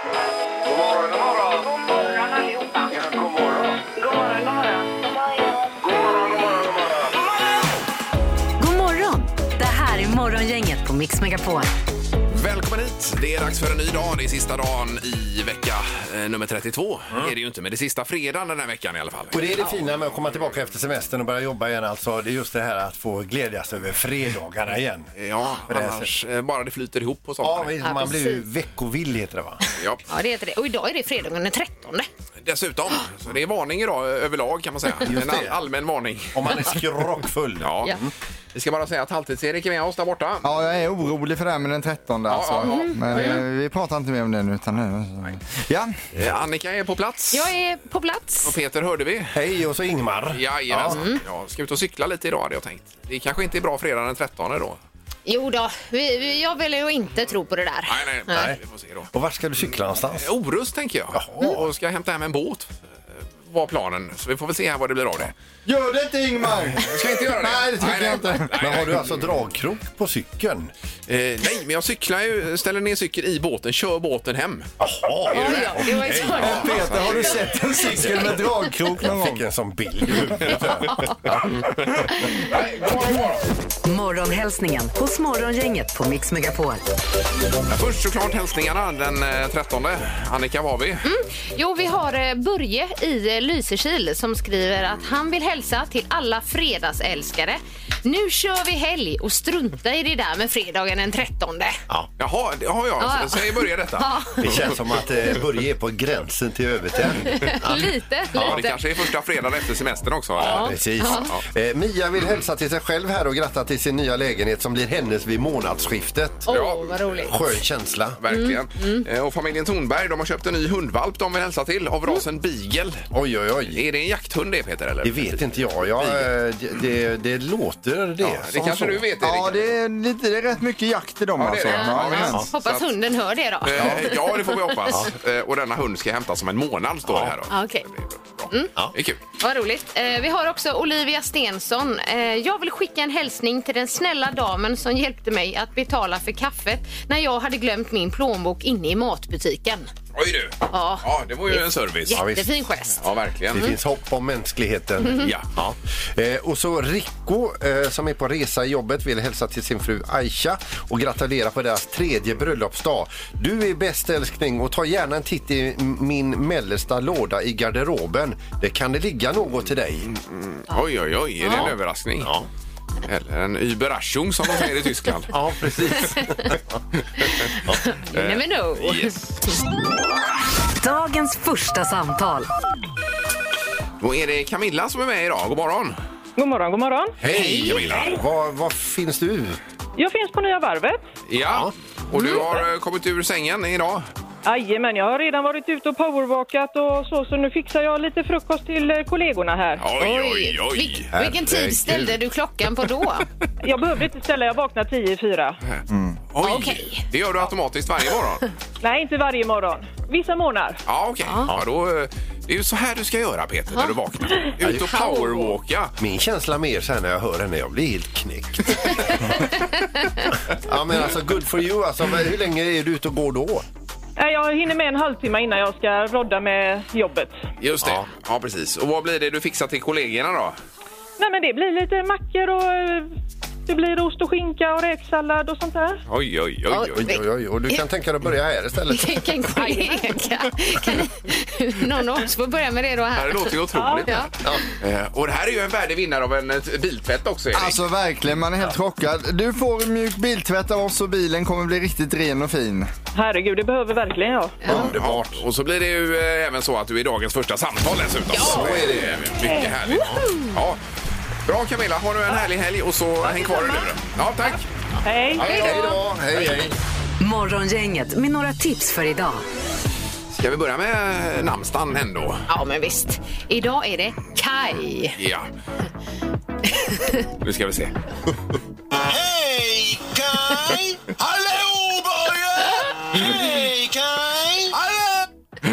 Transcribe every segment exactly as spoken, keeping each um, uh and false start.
God morgon, god morgon. God morgon allihopa. Ja, god morgon. God morgon, god morgon. God morgon, god morgon, god morgon. God morgon! Det här är Morgongänget på Mix Megapol. Välkommen hit. Det är dags för en ny dag. Det är sista dagen i vecka eh, nummer trettiotvå. Mm. Är det ju inte, men det är sista fredagen den här veckan i alla fall. Och det är det fina med att komma tillbaka efter semestern och börja jobba igen. Alltså, det är just det här att få glädjas över fredagarna igen. Ja, annars eh, bara det flyter ihop och sånt. Ja, vi, Ja, man blir ju precis. veckovill heter det va? Ja. Ja, det heter det. Och idag är det fredagen den trettonde. Dessutom, så det är varning idag överlag kan man säga. En all, allmän varning. Om man är skrockfull. Ja. Ja. Vi ska bara säga att Halvtids-Erik är med oss där borta. Ja, jag är orolig för det här med den trettonde alltså. ja, ja. Men eh, vi pratar inte mer om det nu utan nu. Ja. Eh, Annika är på plats. Jag är på plats. Och Peter hörde vi. Hej, och så Ingmar. Jajamensan. Ja, ska ut och cykla lite idag hade jag tänkt. Det kanske inte är bra fredag den trettonde då. Jo då, vi, vi, jag väljer att inte tro på det där. Nej, nej, nej. nej. Vi får se då. Och vart ska du cykla någonstans? Eh, Orust tänker jag. Och ska hämta hem en båt. Eh, Var planen. Så vi får väl se här vad det blir av det. Gör det inte Ingmar! Jag ska inte göra det. Nej, det tycker nej, jag inte. Nej, Men har nej. du alltså dragkrok på cykeln? Eh, nej, men jag cyklar ju, ställer ner cykeln i båten, kör båten hem. Jaha. Oj, ja, det var ju så. Peter, har du sett en cykel med dragkrok någon Jag gång? fick en sån bild i huvudet. Nej, god morgon, god morgon. Morgonhälsningen hos Morgongänget på Mix Megapol. Ja, först såklart hälsningarna den eh, trettonde. Annika, var vi? Jo, vi har eh, Börje i eh, Lysekil som skriver att han vill hälsa till alla fredagsälskare. Nu kör vi helg och strunta i det där med fredagen den trettonde. Jaha, det har jag. Ja, ja. Säg börja detta. Ja, Det känns som att eh, Börje är på gränsen till övertänd. lite, Ja, det lite. kanske är första fredagen efter semestern också. Ja, precis. Eh, Mia vill hälsa till sig själv här och gratta till sin nya lägenhet som blir hennes vid månadsskiftet. Åh, Ja. vad roligt. Skön känsla. Verkligen. Eh, Och familjen Thornberg, de har köpt en ny hundvalp de vill hälsa till av rasen Beagle. Oj, oj, oj. Är det en jakthund det, Peter? Eller? Det vet inte jag. jag eh, det, det, det låter det. Ja, det som kanske så. du vet, Erik. Ja, det är, lite, det är rätt mycket jakt i dem Ja, det är alltså. det. Ja, Ja, men- ja. Hoppas Så att- hunden hör det då. Eh, Ja, det får vi hoppas. Eh, Och denna hund ska hämtas om en månad, står det här då. Ja, okej. Det är bra. Det är kul. Vad roligt. Eh, vi har också Olivia Stensson. Eh, jag vill skicka en hälsning till den snälla damen som hjälpte mig att betala för kaffet när jag hade glömt min plånbok inne i matbutiken. Oj du. Ja. Ja, det var ju en service. Jättefin gest. Ja, verkligen. Det finns hopp om mänskligheten. Ja. Ja. Eh, och så Rico eh, som är på resa i jobbet vill hälsa till sin fru Aisha och gratulera på deras tredje bröllopsdag. Du är bäst älskling och ta gärna en titt i min mellersta låda i garderoben. Det kan det ligga något till dig. Oj, oj, oj. Är det en överraskning? Ja. Eller en Überraschung som de säger i Tyskland. Ja, precis. You never know. Yes. Dagens första samtal. Då är det Camilla som är med idag. God morgon. God morgon, god morgon. Hej Camilla. Var, var finns du? Jag finns på Nya Varvet. Ja. Och du har eh, kommit ur sängen idag? Jajamän, jag har redan varit ute och powerwalkat och så, så nu fixar jag lite frukost till eh, kollegorna här. Oj, oj, oj. Vil- vilken tid Herregud. ställde du klockan på då? Jag behövde inte ställa, jag vaknar tio i fyra. Oj. Okej. Det gör du automatiskt varje morgon? Nej, inte varje morgon. Vissa månader. Ja, okej. Ja, då, eh, det är ju så här du ska göra, Peter, när du vaknar. Ut och powerwalka. Min känsla mer så här när jag hör henne, jag blir helt knäckt. Ja, men alltså good for you. Alltså, men hur länge är du ute och går då? Nej, jag hinner med en halvtimme innan jag ska rodda med jobbet. Just det. Ja, precis. Och vad blir det du fixar till kollegorna då? Nej, men det blir lite mackor och eh, det blir ost och skinka och räksallad och sånt där. Oj, oj, oj, oj. Oj, oj, oj. Och du kan tänka dig att börja här istället. Vilken kollega. Kan ni, någon av oss får börja med det då Det här här? låter ju otroligt. Ja. Eh, Och det här är ju en värdig vinnare av en eh, biltvätt också, Erik. Alltså verkligen, man är helt chockad. Du får mjuk biltvätt av oss och bilen kommer bli riktigt ren och fin. Herregud, det behöver verkligen jag. Underbart. Och så blir det ju eh, även så att du är dagens första samtal dessutom. Ja, så är det mycket härligt. Ja. Bra Camilla, har du en härlig helg och så häng kvar i luren. Ja, tack. Hej! Hej då. Hej, hej. Morgongänget med några tips för idag. Ska vi börja med namnsdagen ändå? Ja, men visst. Idag är det Kai. Ja. Nu ska vi se. Hej Kai! Hallå Börje! Hej Kai! Hallå!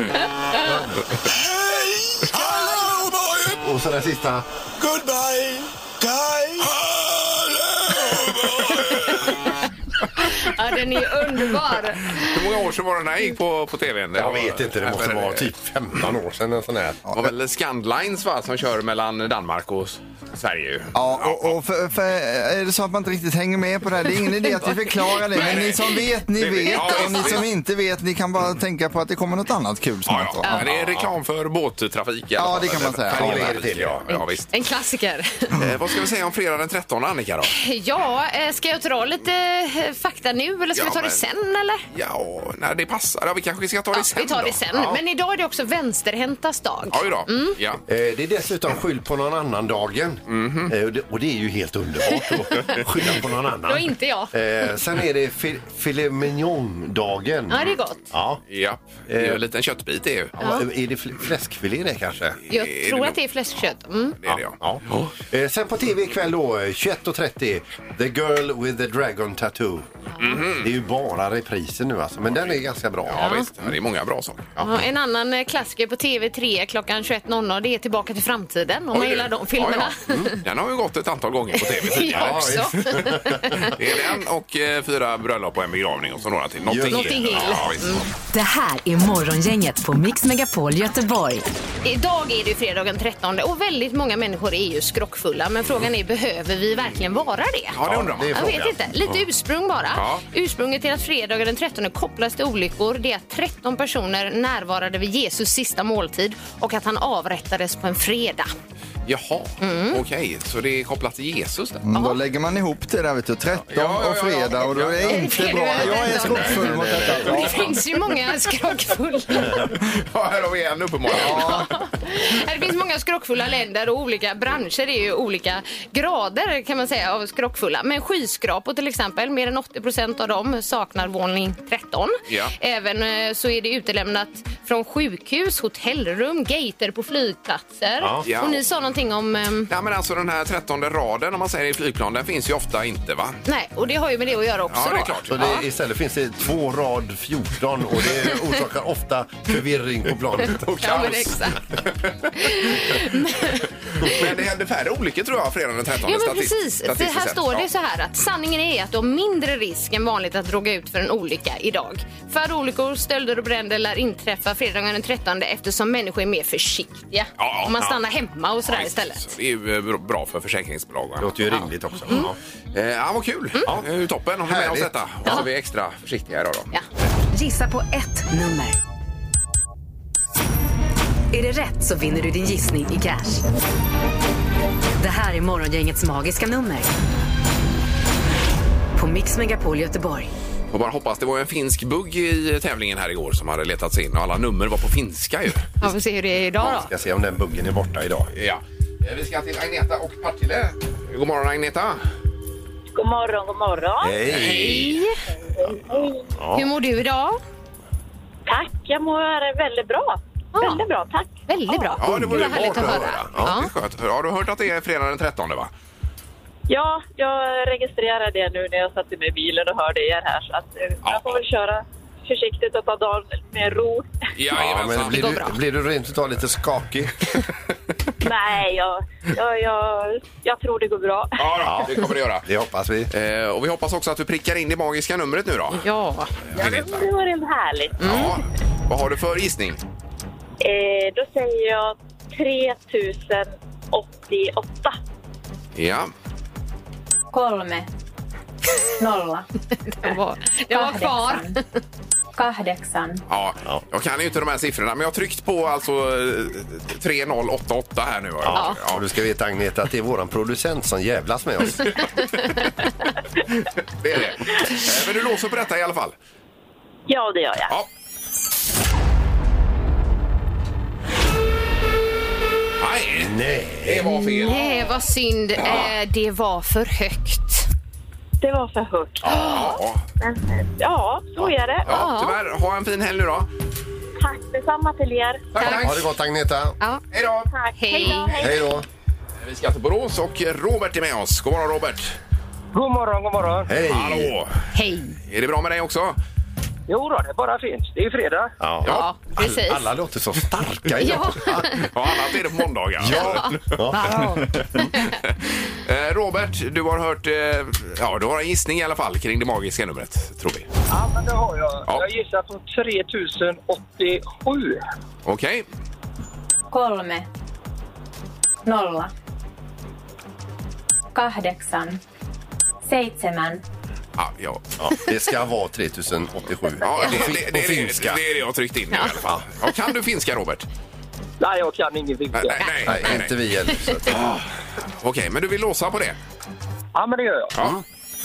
Hej! Hallå Börje! Och så den sista. Goodbye! Kai! Hallå Börje! Ja, den är underbar. Hur många år sedan var den här gick på, på tvn? Det Jag var, vet inte, det måste vara typ femton år sedan en sån här. Det var väl Scandlines va, som kör mellan Danmark och Sverige ju. Ja, och, och för, för är det så att man inte riktigt hänger med på det här, det är ingen idé att vi förklarar det. Men ni som vet, ni Det vet- vet. ja, Och ni visst, som visst. inte vet, ni kan bara tänka på att det kommer något annat kul Ja, snart. ja. Men det är reklam för båttrafik i alla Ja, fall, det kan man eller säga. färjetrafik. Ja, det är det till, ja. Ja, visst. En klassiker. Eh, vad ska vi säga om fredag den trettonde, Annika då? Ja, eh, ska jag dra lite eh, fakta nu eller ska Ja, vi ta det men- sen eller? Ja, när det passar. Ja, vi kanske ska ta det Ja, sen vi tar då. det sen. Ja. Men idag är det också vänsterhäntas dag. Ja, då. Ja. Eh, Det är dessutom skyll på någon annan dagen. Eh, och, det, och det är ju helt underbart att skylla på någon annan. Det var inte jag. Eh, sen är det fi, filet mignon-dagen. Ja, det är gott. Ja. Ja, det är ju en liten köttbit det är ju. Ja. Är det fl- fläskfilé det kanske? Jag är det tror nog. att det är fläskkött. Mm. Det är det, ja. Ja. Eh, sen på tv ikväll då, tjugoett och trettio, The Girl with the Dragon Tattoo. Det är ju bara reprisen nu alltså, men den är ganska bra. Ja, visst. Det är många bra saker. Ja, en annan eh, klassiker på T V tre klockan tjugoett noll noll, det är Tillbaka till framtiden, om man Oj, gillar de filmerna. Ja, ja. Mm. Den har ju gått ett antal gånger på tv tidigare. Jag också. Det är den och eh, fyra bröllop och en begravning och så några till. Notting Notting Hill. Ja, visst. Det här är Morgongänget på Mix Megapol Göteborg. Idag är det ju fredagen trettonde och väldigt många människor är ju skrockfulla. Men frågan är, behöver vi verkligen vara det? Ja, det undrar man. det är Jag vet inte. Lite ursprung bara. Ja. Ursprunget till att fredagen den trettonde kopplas till olyckor, det är att tretton personer närvarade vid Jesus sista måltid och att han avrättades på en fredag. Jaha, Mm. okej. Så det är kopplat till Jesus där. Mm, då lägger man ihop det där, vet du, tretton Ja, ja, ja, och ja. fredag och då är det Ja, inte ja. bra. Jag är skrockfull mot detta. Det finns ju många skrockfulla. Ja, här har vi en uppenbarligen. Ja. Det finns många skrockfulla länder och olika branscher är ju olika grader kan man säga av skrockfulla. Men skyskrapor till exempel, mer än åttio procent av dem saknar våning tretton. Ja. Även eh, så är det utelämnat från sjukhus, hotellrum, gater på flygplatser. Ja. Och ni sa någonting om... ehm, Ja, men alltså den här trettonde raden om man säger i flygplan, den finns ju ofta inte va? nej, och det har ju med det att göra också Ja, det är då. klart. Så det, istället finns det två rad fjorton och det orsakar ofta förvirring på planet. Och Ja, men kaos. exakt. Men det hände färre olyckor tror jag fredagen den trettonde. Ja, men statist- precis. För statistiskt här sett. står det Ja. så här att sanningen är att du har mindre risk än vanligt att råka ut för en olycka idag. Färre olyckor, stölder och bränder lär inträffa fredagen den trettonde eftersom människor är mer försiktiga. Ja, Om man ja. stannar hemma och sådär Ja, visst. istället. Så det är ju eh, bra för försäkringsbolagen. Det låter ju rimligt också. Ja. Eh, ja, vad kul. Ja. Eh, toppen, har vi med oss Härligt. detta. Och så är vi extra försiktiga idag då. Ja. Gissa på ett nummer. Är det rätt så vinner du din gissning i cash. Det här är Morgongängets magiska nummer. På Mix Megapol Göteborg. Och bara hoppas, det var en finsk bugg i tävlingen här igår som hade letats in och alla nummer var på finska ju. Ja, får se hur det är idag då. Ska se om den buggen är borta idag. Ja. Eh, Vi ska till Agneta och Partille. God morgon Agneta. God morgon, god morgon. Hej! Hej! Hur mår du idag? Tack, jag mår väldigt bra. Ja. Väldigt bra, tack. Väldigt bra. Ja, det var var ju härligt bra att höra. Ja, Ja. det är skönt. Ja, du har hört att det är fredag den trettonde va? Ja, jag registrerar det nu när jag satt mig i bilen och hörde er här. Så att, eh, Ja. jag får väl köra försiktigt och ta dagen med ro. Ja, Ja, men blir går du, bra. blir du rent utav lite skakig? Nej, jag, jag, jag, jag tror det går bra. Ja, då, det kommer det göra. Det hoppas vi. Eh, och vi hoppas också att du prickar in det magiska numret nu då. Ja. Agneta. Det var rent härligt. Ja. Vad har du för gissning? Eh, då säger jag tre tusen åttioåtta. Ja. Kolme, nolla, Det var, det var kvar. kahdeksan, kahdeksan, Ja, jag kan ju inte de här siffrorna, men jag har tryckt på alltså eh, tre noll åtta åtta här nu. Ja. Och du ska veta Agneta att det är våran producent som jävlas med oss. Det är det. Eh, Men du låser på detta i alla fall. Ja, det gör jag. Ja. Nej, Nej. det var fel. Nej, vad synd. Eh, det var för högt. Det var för högt. Ja, Men, eh, ja, så är det. ja, tyvärr. Ha en fin helg nu då. Tack detsamma till er. Tack, tack. Ha det gott Agneta. Ja. Hej då. Tack. Hej. då. Hej då. Vi ska till Borås och Robert är med oss. God morgon Robert. God morgon, god morgon. Hej. Hallå. Hej. Är det bra med dig också? Jo då, det är bara fint. Det är ju fredag. Ja, Ja, precis. Alla, alla låter så starka idag. Ja. Ja, annat är det på måndagar. Ja. Ja. Eh, Robert, du har hört, eh, ja, du har en gissning i alla fall kring det magiska numret, tror vi. Ja, men det har jag. Ja. Jag gissar på tre tusen åttiosju. Okej. Kolme. Nolla. Kahdeksan. Seitsemän. Ja, ja. Ja, det ska vara tre tusen åttiosju. Ja, det, På det, fi- det, på det, finska. det är det jag har tryckt in i alla fall. Ja, kan du finska, Robert? Nej, jag kan ingen finska. Nej, nej, nej, Nej, inte vi heller. så att- Ah, Okej, men du vill låsa på det? Ja, men det gör jag. Ja.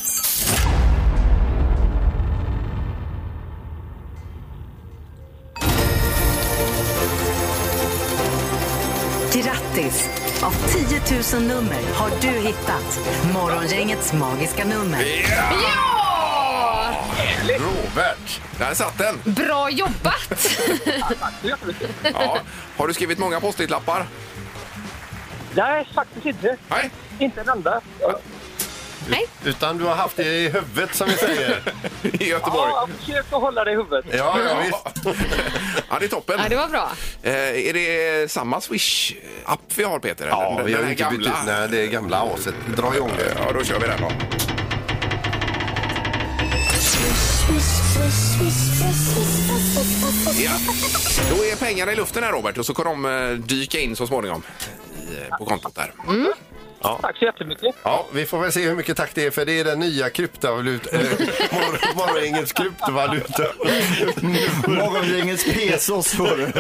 Grattis! Av tio tusen nummer har du hittat Morgongängets magiska nummer. Ja! Robert! Där satt den. Bra jobbat! Ja. Har du skrivit många post-it-lappar? Nej, faktiskt inte. Nej. Inte en enda. Ja, Nej. Utan du har haft det i huvudet som vi säger. I Göteborg. jag försöker hålla det i huvudet. Ja, ja visst. Ja, det är toppen. Ja, det var bra. Eh, är det samma Swish-app vi har, Peter? Ja, den, vi har den ju här inte bytt ut. Nej, det är gamla aset. Dra igång det. Ja, då kör vi den då. Ja. Då är pengarna i luften här, Robert, och så kommer de eh, dyka in så småningom i, eh, på kontot där. Mm. Ja. Tack så jättemycket. Ja, vi får väl se hur mycket tack det är, för det är den nya kryptovaluta. Äh, mor- morgongängets kryptovaluta. Morgongängets pesos får du.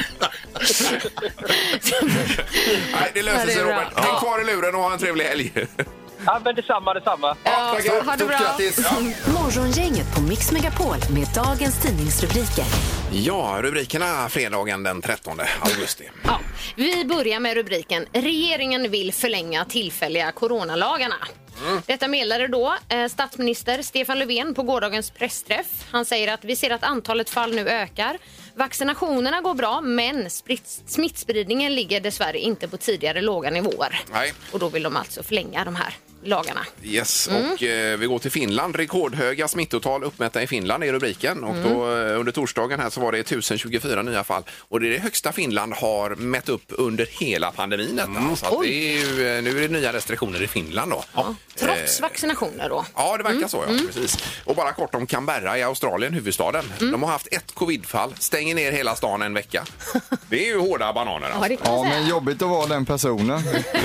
Nej, det löser Ja, det är sig, bra. Robert. Häng kvar i luren och ha en trevlig helg. Ja, men detsamma, detsamma. Ja, tackar. ha det Stort bra. grattis! Ja. Morgongänget på Mix Megapol med dagens tidningsrubriker. Ja, rubrikerna fredagen den trettonde augusti. Ja, vi börjar med rubriken Regeringen vill förlänga tillfälliga coronalagarna. Mm. Detta meddelade då eh, statsminister Stefan Löfven på gårdagens pressträff. Han säger att vi ser att antalet fall nu ökar. Vaccinationerna går bra, men spritt, smittspridningen ligger dessvärre inte på tidigare låga nivåer. Nej. Och då vill de alltså förlänga de här lagarna. Yes, Mm. och eh, vi går till Finland. Rekordhöga smittotal uppmätta i Finland är rubriken. Och Mm. då, eh, under torsdagen här så var det tusen tjugofyra nya fall. Och det är det högsta Finland har mätt upp under hela pandemin. Mm. Så att det är ju, eh, nu är det nya restriktioner i Finland då. Ja, trots Eh, vaccinationer då. Ja, det verkar Mm. så, ja. Mm. Precis. Och bara kort om Canberra i Australien, huvudstaden. Mm. De har haft ett covidfall, stänger ner hela stan en vecka. Det är ju hårda bananer. Alltså. Ja, det kan Ja, man säga. men jobbigt att vara den personen.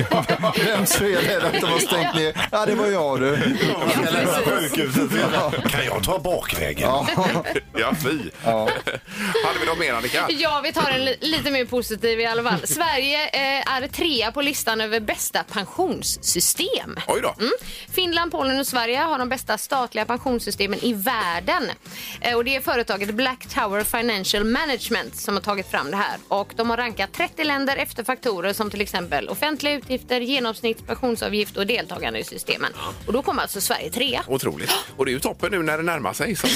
Vems fel är det att de har stängt ner? Ja, det var jag du. Jag lämnar sjukhuset. Kan jag ta bakvägen? Ja. Ja, fy. Ja. Hade vi något mer, Annika? Ja, vi tar en li- lite mer positiv i alla fall. Sverige eh, är trea på listan över bästa pensionssystem. Oj då. Mm. Finland, Polen och Sverige har de bästa statliga pensionssystemen i världen. Eh, och det är företaget Black Tower Financial Management som har tagit fram det här. Och de har rankat trettio länder efter faktorer som till exempel offentliga utgifter, genomsnitt, pensionsavgift och deltagande i systemen. Och då kommer alltså Sverige trea. Otroligt. Och det är ju toppen nu när det närmar sig. Så.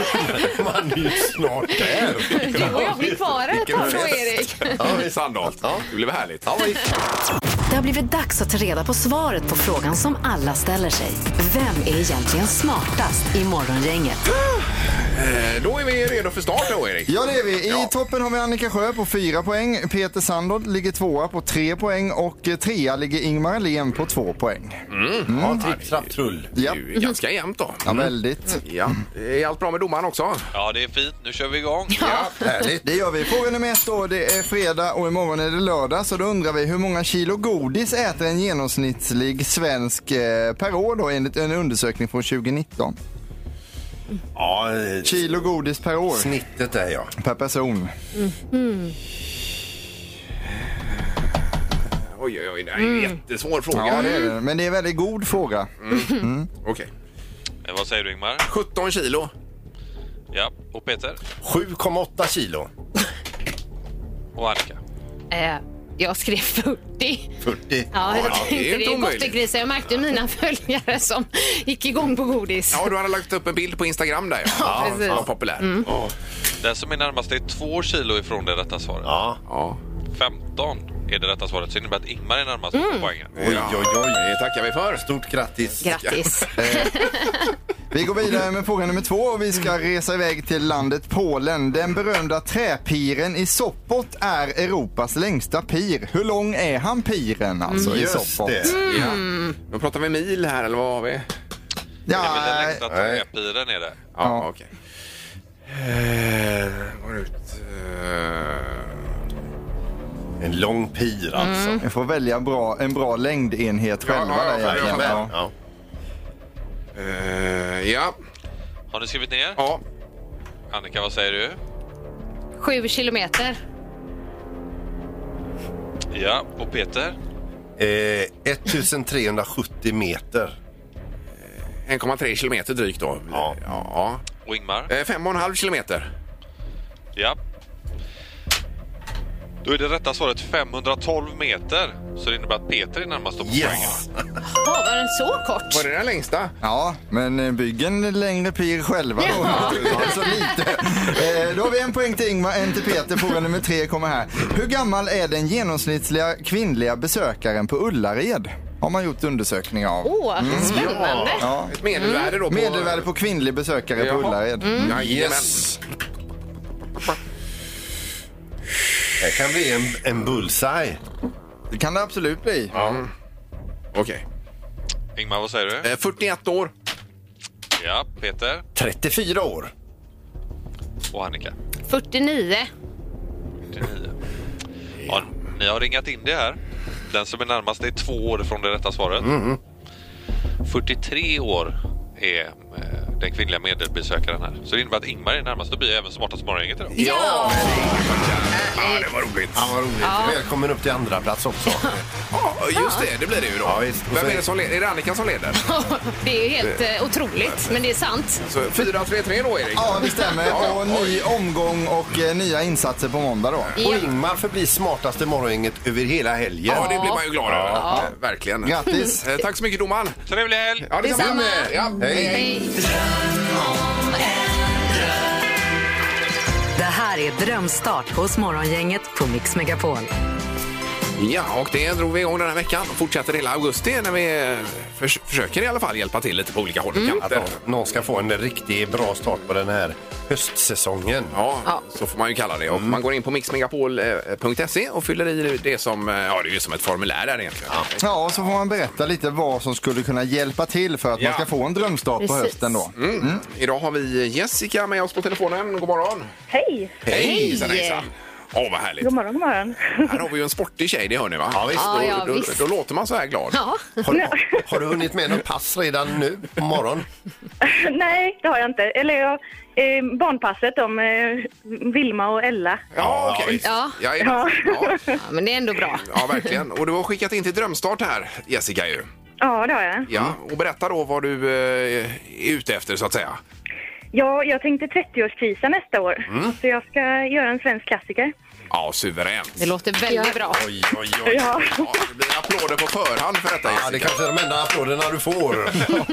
Man är ju snart där. Du och jag blir kvar ett tag då, Erik. Ja, Sandholt. Ja. Det blev härligt. Ja, visst. Det har blivit dags att ta reda på svaret på frågan som alla ställer sig. Vem är egentligen smartast i Morgongänget? Eh, då är vi redo för start då, Erik. Ja, det är vi. I Ja. toppen har vi Annika Sjö på fyra poäng. Peter Sandholt ligger tvåa på tre poäng och eh, trea ligger Ingmar Len på två poäng. Mm. Ja, tripp, trapp, trull. Det Ja, är ju ganska jämnt då. ja väldigt. Ja. Är allt bra med domaren också? Ja, det är fint. Nu kör vi igång. Ja. Härligt. Det gör vi. Fråga nummer ett då, det är fredag och imorgon är det lördag. Så då undrar vi hur många kilo godis äter en genomsnittlig svensk eh, per år då enligt en undersökning från tjugonitton. Ja, eh, Kilo godis per år. snittet är jag. Per person. Mm. Oj, oj, oj. Det är en jättesvår fråga. Ja, det är det. Men det är en väldigt god fråga. Mm. Okej. Eh, Vad säger du, Ingmar? sjutton kilo. Ja, och Peter? sju komma åtta kilo. Och Annika? Eh, jag skrev fyrtio. fyrtio. Ja, jag Ja, det är tänkte inte det är omöjligt. gottegrisar. Jag märkte ju mina följare som gick igång på godis. Ja, du hade lagt upp en bild på Instagram där. Ja, Ja, precis. Ja, populär. Ja. Den som är närmast är två kilo ifrån det rätta svaret. Ja. Ja. femton är det rätta svaret. Så det innebär att Ingmar är närmast på poängen. Oj, oj, oj. Det tackar vi för. Stort grattis. Grattis. Vi går vidare med fråga nummer två och vi ska resa iväg till landet Polen. Den berömda träpiren i Sopot är Europas längsta pir. Hur lång är han piren alltså mm. i Sopot? Mm. Ja. Då pratar vi mil här eller vad har vi? Ja, det är väl den längsta träpiren är det. Ja, ja. Okej. Okay. Eh, går ut... Eh... En lång pir alltså. Mm. Jag får välja bra, en bra längdenhet själva. Ja, där ja, egentligen. ja, ja. Ja. Uh, ja. Har du skrivit ner? Ja. Annika, vad säger du? Sju kilometer. Ja, och Peter? Eh, ettusentrehundrasjuttio meter. en komma tre kilometer drygt då. Ja. Ja. Och Ingmar? Eh, fem och en halv kilometer. Ja. Då är det rätta svaret femhundratolv meter. Så det innebär att Peter är närmast på yes. poängen. Ja, var den så kort? Var det den längsta? Ja, men byggen längre pir själva då. Ja. Så lite. Eh, då har vi en poäng till Ingmar, en till Peter. Fråga nummer tre kommer här. Hur gammal är den genomsnittliga kvinnliga besökaren på Ullared? Har man gjort undersökningar av. Åh, mm. spännande. Ja. Ett medelvärde då på... Medelvärde på kvinnlig besökare Jaha. på Ullared. Mm. Ja, yes. Det kan bli en, en bullseye. Det kan det absolut bli. Ja. Okej. Okay. Ingmar, vad säger du? Eh, fyrtioett år. Ja, Peter? trettiofyra år. Och Annika? fyrtionio. fyrtionio. Ja, ni har ringat in det här. Den som är närmast är två år från det rätta svaret. Mm. fyrtiotre år är den kvinnliga medelbesökaren här. Så det innebär att Ingmar är närmast och blir även smartast morgongänget idag. Ja! Ja, det var roligt. Ja, vad roligt. Ja. Välkommen upp till andra plats också. Ja, just det. Det blir det ju då. Ja, visst. Vem är det som leder? Är det Annika som leder? Det är helt eh, otroligt, men det är sant. Så fyra tre tre då, Erik? Ja, det stämmer. Och ny omgång och eh, nya insatser på måndag då. Ja. Och Ingmar förblir smartaste morgongänget över hela helgen. Ja, det blir man ju glad över. Ja. Verkligen. Grattis. Eh, tack så mycket, domaren. Trevlig helg! Ja, Detsamma. Ja, hej, hej. Det här är Drömstart hos Morgongänget på Mix Megapol. Ja, och det drog vi igång den här veckan och fortsätter hela augusti när vi förs- försöker i alla fall hjälpa till lite på olika håll och kanter. Att någon ska få en riktigt bra start på den här höstsäsongen. Ja, ja, så får man ju kalla det. Och man går in på mixmegapol punkt se och fyller i det som, ja, det är ju som ett formulär där egentligen. Ja. ja, och så får man berätta lite vad som skulle kunna hjälpa till för att Ja. man ska få en drömstart Precis. på hösten då. Mm. Mm. Idag har vi Jessica med oss på telefonen. God morgon. Hej! Hej! Hejsan, hejsan. Åh, vad härligt. God morgon, god morgon. Här har vi ju en sportig tjej, det hör ni va? Ja, visst. Ja, ja, då, då, visst. då låter man så här glad. Ja. Har, du, har du hunnit med något pass redan nu på morgon? Nej, det har jag inte. Eller jag, eh, barnpasset om eh, Vilma och Ella. Ja, okej. Ja. Ja, Ja. ja. Ja, men det är ändå bra. Ja, verkligen. Och du har skickat in till Drömstart här, Jessica ju. Ja, det har jag. Ja, och berätta då vad du eh, är ute efter så att säga. Ja, jag tänkte trettioårskrisa nästa år. Så jag ska göra en svensk klassiker. Ja, suveränt. Det låter väldigt bra. Oj, oj, oj. Ja. Ja, det blir applåder på förhand för detta, Ja, det Jessica. kanske är de enda applåderna du får.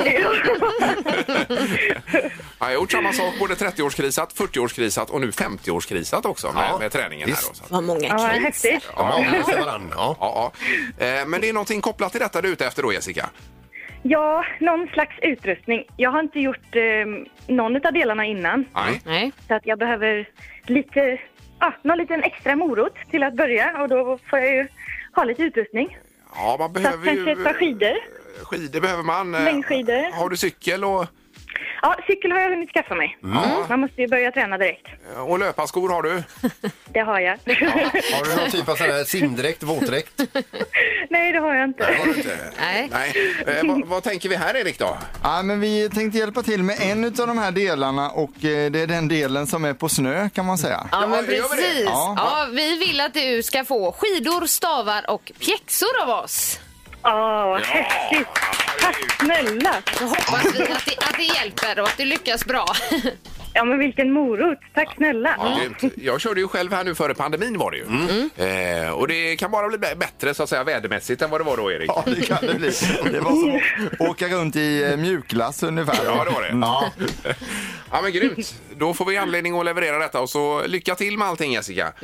Ja, jag har gjort samma sak, både trettioårskrisat, fyrtioårskrisat och nu femtioårskrisat också med, Ja, med träningen här. Då, så. att- Vad många Ja, kris. häftigt. Ja, man avlöser varandra. Ja. Ja, ja. Eh, Men det är någonting kopplat till detta du är ute efter då, Jessica? Ja, någon slags utrustning. Jag har inte gjort eh, någon av delarna innan. Nej. Nej. Så att jag behöver lite, ja, någon liten extra morot till att börja. Och då får jag ju ha lite utrustning. Ja, man Så att behöver kanske ju... ett par skidor. Skidor behöver man. Eh, Längdskidor. Har du cykel och, Ja, cykel har jag hunnit skaffa mig. Ja. Man måste ju börja träna direkt. och löparskor har du? Det har jag. Har du någon typ av sån här simdräkt, våtdräkt? Nej, det har jag inte. Har du inte? Nej. Nej. Eh, vad, vad tänker vi här, Erik, då? Ja, men vi tänkte hjälpa till med en av de här delarna och eh, det är den delen som är på snö kan man säga. Ja, men gör vi det? precis. Ja. Ja, vi vill att du ska få skidor, stavar och pjäxor av oss. Åh, häftigt. Tack snälla. Så hoppas vi att det, att det hjälper och att det lyckas bra. Ja, men vilken morot. Tack snälla. Ja, grymt. Jag körde ju själv här nu före pandemin var det ju. Eh, och det kan bara bli b- bättre så att säga vädermässigt än vad det var då, Erik. Ja, det kan det bli. Det var som att åka runt i eh, mjukglass ungefär. Ja, det var det. Ja. Ja, men grymt. Då får vi anledning att leverera detta och så lycka till med allting, Jessica. Mm.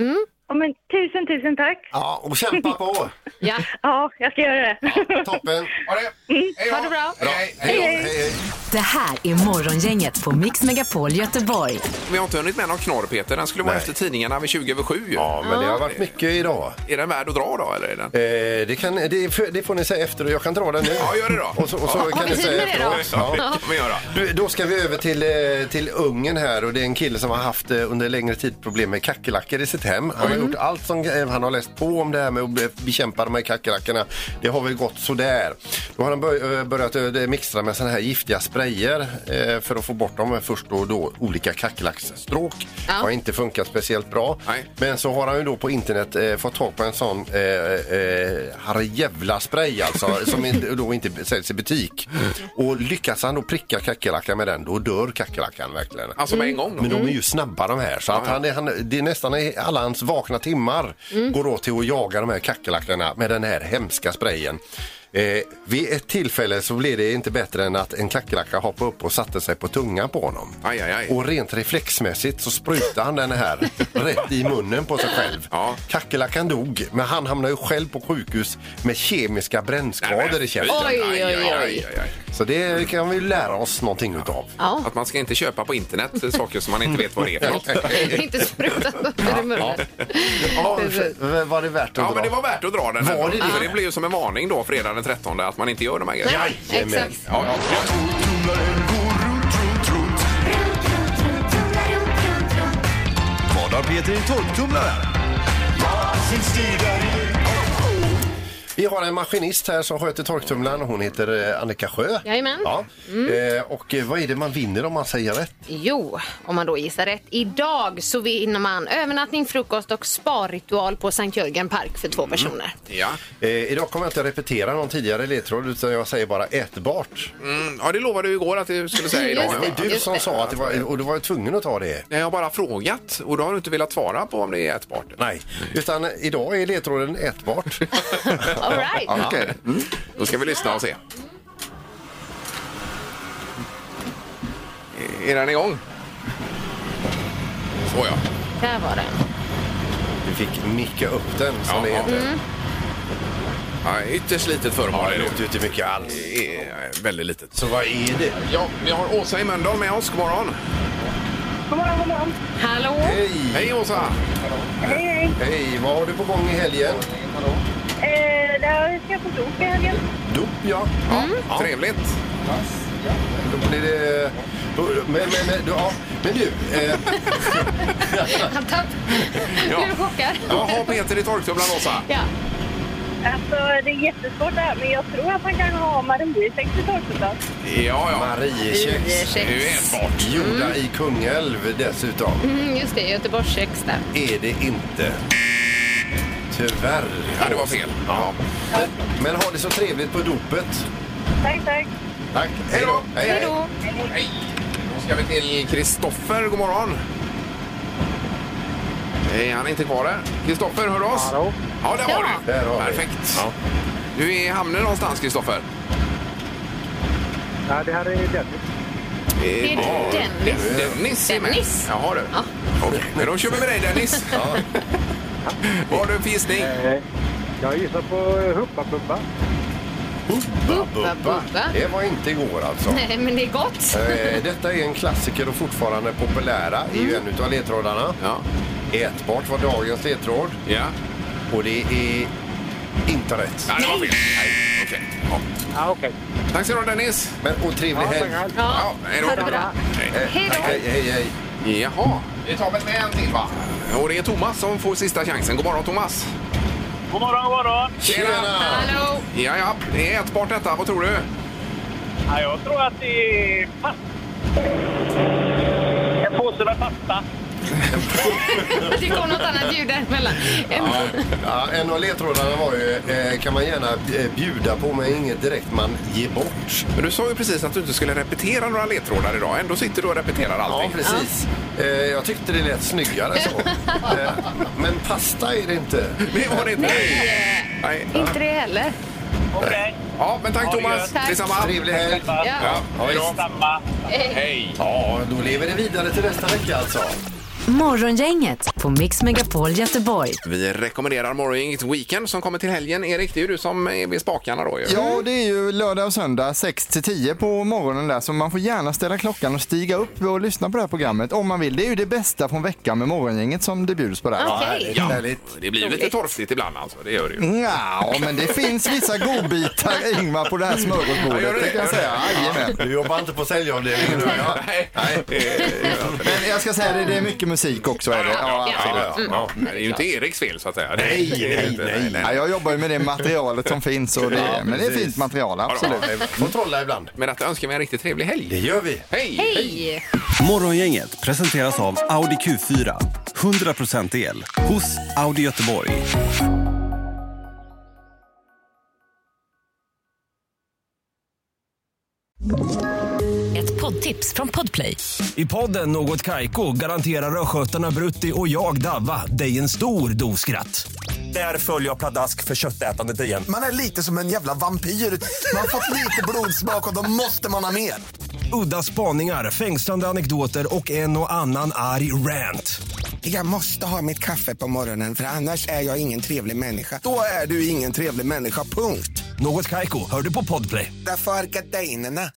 Ja, men tusen, tusen tack. Ja, och kämpa på. Ja. Ja, jag ska göra det. Ja, toppen. Ha det. Mm. Hej då. Ha det bra. Hej, Hej, hej. hej. Hej, Det här är Morgongänget på Mix Megapol Göteborg. Vi har inte hunnit med någon knorr, Peter. Den skulle vara Nej. efter tidningarna vid tjugo över sju. Ja, men det har varit mycket idag. Är den värd att dra då, eller är den? Eh, det, kan, det, får- det får ni säga efter och jag kan dra den nu. Ja, gör det då. Och så, och så Ja. kan Har vi ni tid säga med det då? efteråt. Ja, det kan vi göra. Du, då ska vi över till, eh, till Ungern här och det är en kille som har haft eh, under längre tid problem med kackerlackor i sitt hem. Han har gjort allt som eh, han har läst på om det här med att be- bekämpa de här kackerlackorna. Det har väl gått sådär. Då har han bör, eh, börjat eh, mixtra med såna här giftiga sprayer eh, för att få bort dem. Först då, då olika kackerlacksstråk. Ja. Har inte funkat speciellt bra. Nej. Men så har han ju då på internet eh, fått tag på en sån eh, eh, harjävla spray alltså som inte, då inte säljs i butik. Och lyckas han då pricka kackerlackan med den, då dör kackerlackan verkligen. Alltså med en gång då? Men de är ju snabba de här så att han, han, det är nästan i alla hans vakna timmar går åt till att jaga de här kackerlackorna med den här hemska sprayen. Eh, vid ett tillfälle så blev det inte bättre än att en kackerlacka hoppade upp och satte sig på tungan på honom. Aj, aj, aj. Och rent reflexmässigt så sprutade han den här rätt i munnen på sig själv. Ja. Kackerlackan dog, men han hamnade ju själv på sjukhus med kemiska brännskador i käften. Oj, oj, Aj, aj, oj. aj, aj. Så det kan vi ju lära oss någonting utav. Ja. Att man ska inte köpa på internet saker som man inte vet vad det är för något. Inte sprutat upp i munnen. Ja, för- var det värt att Ja, dra? men det var värt att dra den. Var här. det det? För det blir ju som en varning då fredag den trettonde att man inte gör de här grejerna. Jajamän. Exakt. Ja, ja. Vad har Peter i torktumlaren? Vi har en maskinist här som sköter torktumlaren. Hon heter eh, Annika Sjö. Jajamän. Ja. Eh, och eh, vad är det man vinner om man säger rätt? Jo, om man då gissar rätt. Idag så vinner man övernattning, frukost och sparritual på Sankt Jörgen Park för två personer. Ja. Eh, idag kommer jag inte repetera någon tidigare ledtråd utan jag säger bara ätbart. Mm, ja, det lovade du igår att du skulle säga idag. Just Det det. är du som sa att det var, och du var ju tvungen att ta det. Jag har bara frågat och då har du inte velat svara på om det är ätbart. Nej, utan idag är ledtråden ätbart. All right. Ja, okej. Mm. Då ska vi lyssna och se. Är den igång? Så ja. Där var den. Du fick micka upp den som Ja, det ja. heter. Ja, ytterst litet föremål. Ja, är det det. låter ju inte mycket alls. Det är väldigt litet. Så vad är det? Ja, vi har Åsa i Mölndal med oss. God morgon. God morgon, god morgon. Hallå? Hej! Hej Åsa. Hej, hej. Hej, vad har du på gång i helgen? Eh, där ska jag på dop i helgen. Dop, ja. Ja, trevligt. Då blir det... Men, men, men, ja. men du, eh, Han tapp. Ja. Blev chockad. Vad har Peter i torktumlaren, Åsa? Ja. Alltså, det är jättesvårt det här, men jag tror att han kan ha Mariekex i torktumlaren. Ja, ja. Mariekex. Mariekex. Det är ju ätbart. Gjorda i Kungälv dessutom. Mm, just det, Göteborgskex där. Är det inte. Tyvärr. Ja, det var fel. Ja. Men, men ha det så trevligt på dopet. Tack, tack. Tack. Hej då. Hej då. Hej. Då ska vi till Kristoffer. God morgon. Hej, han är inte kvar där. Kristoffer, hör du oss? Hallå? Ja, där var Ja. du. Där har vi. Perfekt. Ja. Du är i hamnen någonstans, Kristoffer. Ja, det här är Dennis. Det är Dennis. Dennis är med. Dennis. Jaha du. Ja. Okej, men då kör vi med dig Dennis. Vad har du för gissning? Eh, jag gissar på Hubba Bubba. Bubba, Bubba, bubba. Det var inte igår alltså. Nej, men det är gott. Eh, Detta är en klassiker och fortfarande populära. Det är ju en av ledtrådarna. Ja. Ätbart var dagens ledtråd. Ja. Och det är inte rätt. Ja, det var fel. Nej, okej. Ja. Ja, okej. Tack så du ha, Dennis. Men, och trevlig Ja, helg. tackar. Ja, hej då. ha det bra. Hej. Hej då. Hej, hej, hej. Jaha, vi tar väl med en till va? Och det är Thomas som får sista chansen. God morgon Thomas. God morgon, god morgon. Tjena. Hallå. Ja, ja, det är ätbart detta. Vad tror du? Ja, jag tror att det är pasta. En påse med pasta. Det kom något annat ljud däremellan. En... Ja, en av ledtrådarna var ju, eh, kan man gärna eh, bjuda på men inget direkt man ger bort. Men du sa ju precis att du inte skulle repetera några ledtrådar idag. Ändå sitter du och repeterar Ja, allting. precis. Eh, jag tyckte det lät snyggare så. eh, men pasta är det inte. Det var det inte. Nej, Nej. inte det heller. Okej. Ja, men tack Ha det Thomas. gött. Tack. Detsamma. Trevlig helg. Ja. Ja, hej då. Samma. Hej. Hej. Ja, då lever det vidare till nästa vecka alltså. Morgongänget på Mix Megapol Göteborg. Vi rekommenderar Morgongänget Weekend som kommer till helgen. Erik, det är ju du som är vid spakarna då ju. Ja, det är ju lördag och söndag sex till tio på morgonen där, så man får gärna ställa klockan och stiga upp och lyssna på det här programmet om man vill. Det är ju det bästa från veckan med Morgongänget som det bjuds på där. Okej. Ja, det blir lite torftigt ibland alltså, det gör det ju. Ja, men det finns vissa godbitar, Ingmar, på det här smörgåsbordet, Ja, det, det kan jag säga. Jajamän. Du jobbar inte på säljavdelningen nu. Ja. Nej, nej. Det är, Men jag ska säga det, det är mycket musik också. Är det? Ja, absolut. ja, ja. Det är ju inte Eriks fel så att säga. Nej, nej, nej, nej. Ja, jag jobbar ju med det materialet som finns, och det, Ja, men det är precis. fint material, absolut. Ja, får trolla ibland. Men att önska mig en riktigt trevlig helg. Det gör vi. Hej! Hej! Morgongänget presenteras av Audi Q fyra. hundra procent el hos Audi Göteborg. Ett poddtips från Podplay. I podden Något Kaiko garanterar östgötarna Brutti och jag Davva dig en stor dos skratt. Där följer jag pladask för köttätandet igen. Man är lite som en jävla vampyr. Man har fått lite blodsmak och då måste man ha mer. Udda spaningar, fängslande anekdoter och en och annan arg rant. Jag måste ha mitt kaffe på morgonen, för annars är jag ingen trevlig människa. Då är du ingen trevlig människa, punkt. Något Kaiko, hör du på Podplay. Därför är gardinerna.